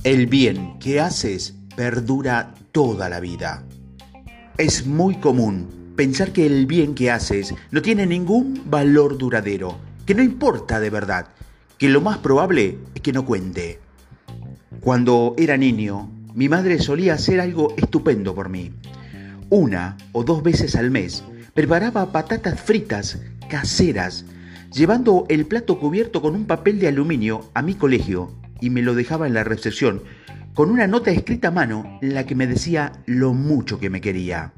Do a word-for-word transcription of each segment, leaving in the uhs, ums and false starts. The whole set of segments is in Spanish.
El bien que haces perdura toda la vida. Es muy común pensar que el bien que haces no tiene ningún valor duradero, que no importa de verdad, que lo más probable es que no cuente. Cuando era niño, mi madre solía hacer algo estupendo por mí. Una o dos veces al mes preparaba patatas fritas caseras, llevando el plato cubierto con un papel de aluminio a mi colegio y me lo dejaba en la recepción con una nota escrita a mano en la que me decía lo mucho que me quería.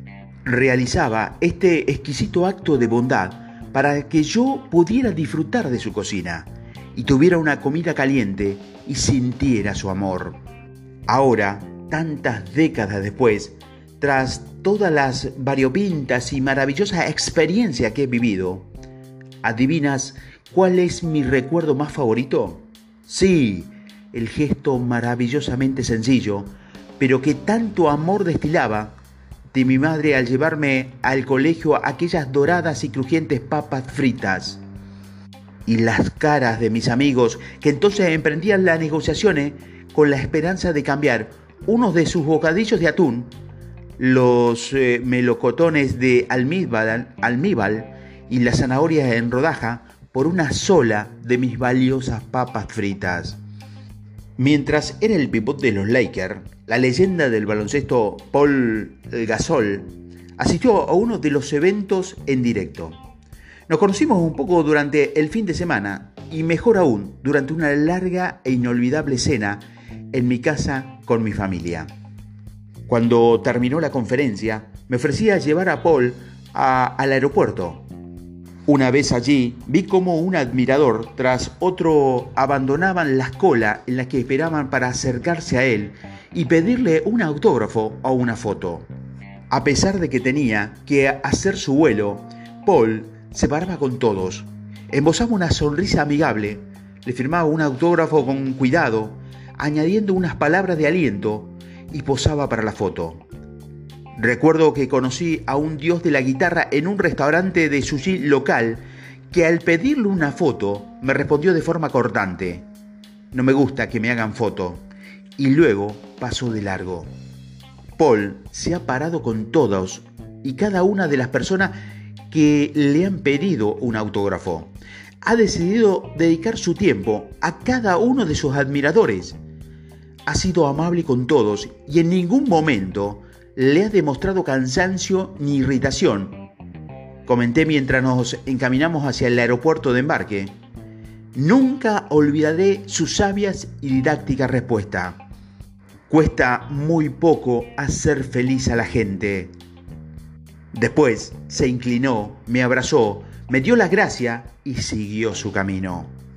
Realizaba este exquisito acto de bondad para que yo pudiera disfrutar de su cocina y tuviera una comida caliente y sintiera su amor. Ahora, tantas décadas después, tras todas las variopintas y maravillosas experiencias que he vivido, ¿adivinas cuál es mi recuerdo más favorito? Sí, el gesto maravillosamente sencillo, pero que tanto amor destilaba, de mi madre al llevarme al colegio aquellas doradas y crujientes papas fritas. Y las caras de mis amigos que entonces emprendían las negociaciones con la esperanza de cambiar unos de sus bocadillos de atún, los eh, melocotones de almíbar, almíbar y las zanahorias en rodaja por una sola de mis valiosas papas fritas. Mientras era el pivot de los Lakers, la leyenda del baloncesto Paul Gasol asistió a uno de los eventos en directo. Nos conocimos un poco durante el fin de semana y mejor aún durante una larga e inolvidable cena en mi casa con mi familia. Cuando terminó la conferencia, me ofrecí a llevar a Paul a, al aeropuerto. Una vez allí, vi cómo un admirador tras otro abandonaban las colas en las que esperaban para acercarse a él y pedirle un autógrafo o una foto. A pesar de que tenía que hacer su vuelo, Paul se paraba con todos, embozaba una sonrisa amigable, le firmaba un autógrafo con cuidado, añadiendo unas palabras de aliento y posaba para la foto. Recuerdo que conocí a un dios de la guitarra en un restaurante de sushi local que al pedirle una foto me respondió de forma cortante: no me gusta que me hagan foto, y luego pasó de largo. Paul se ha parado con todos y cada una de las personas que le han pedido un autógrafo. Ha decidido dedicar su tiempo a cada uno de sus admiradores. Ha sido amable con todos y en ningún momento le ha demostrado cansancio ni irritación. Comenté mientras nos encaminamos hacia el aeropuerto de embarque. Nunca olvidaré sus sabias y didácticas respuestas. Cuesta muy poco hacer feliz a la gente. Después se inclinó, me abrazó, me dio las gracias y siguió su camino.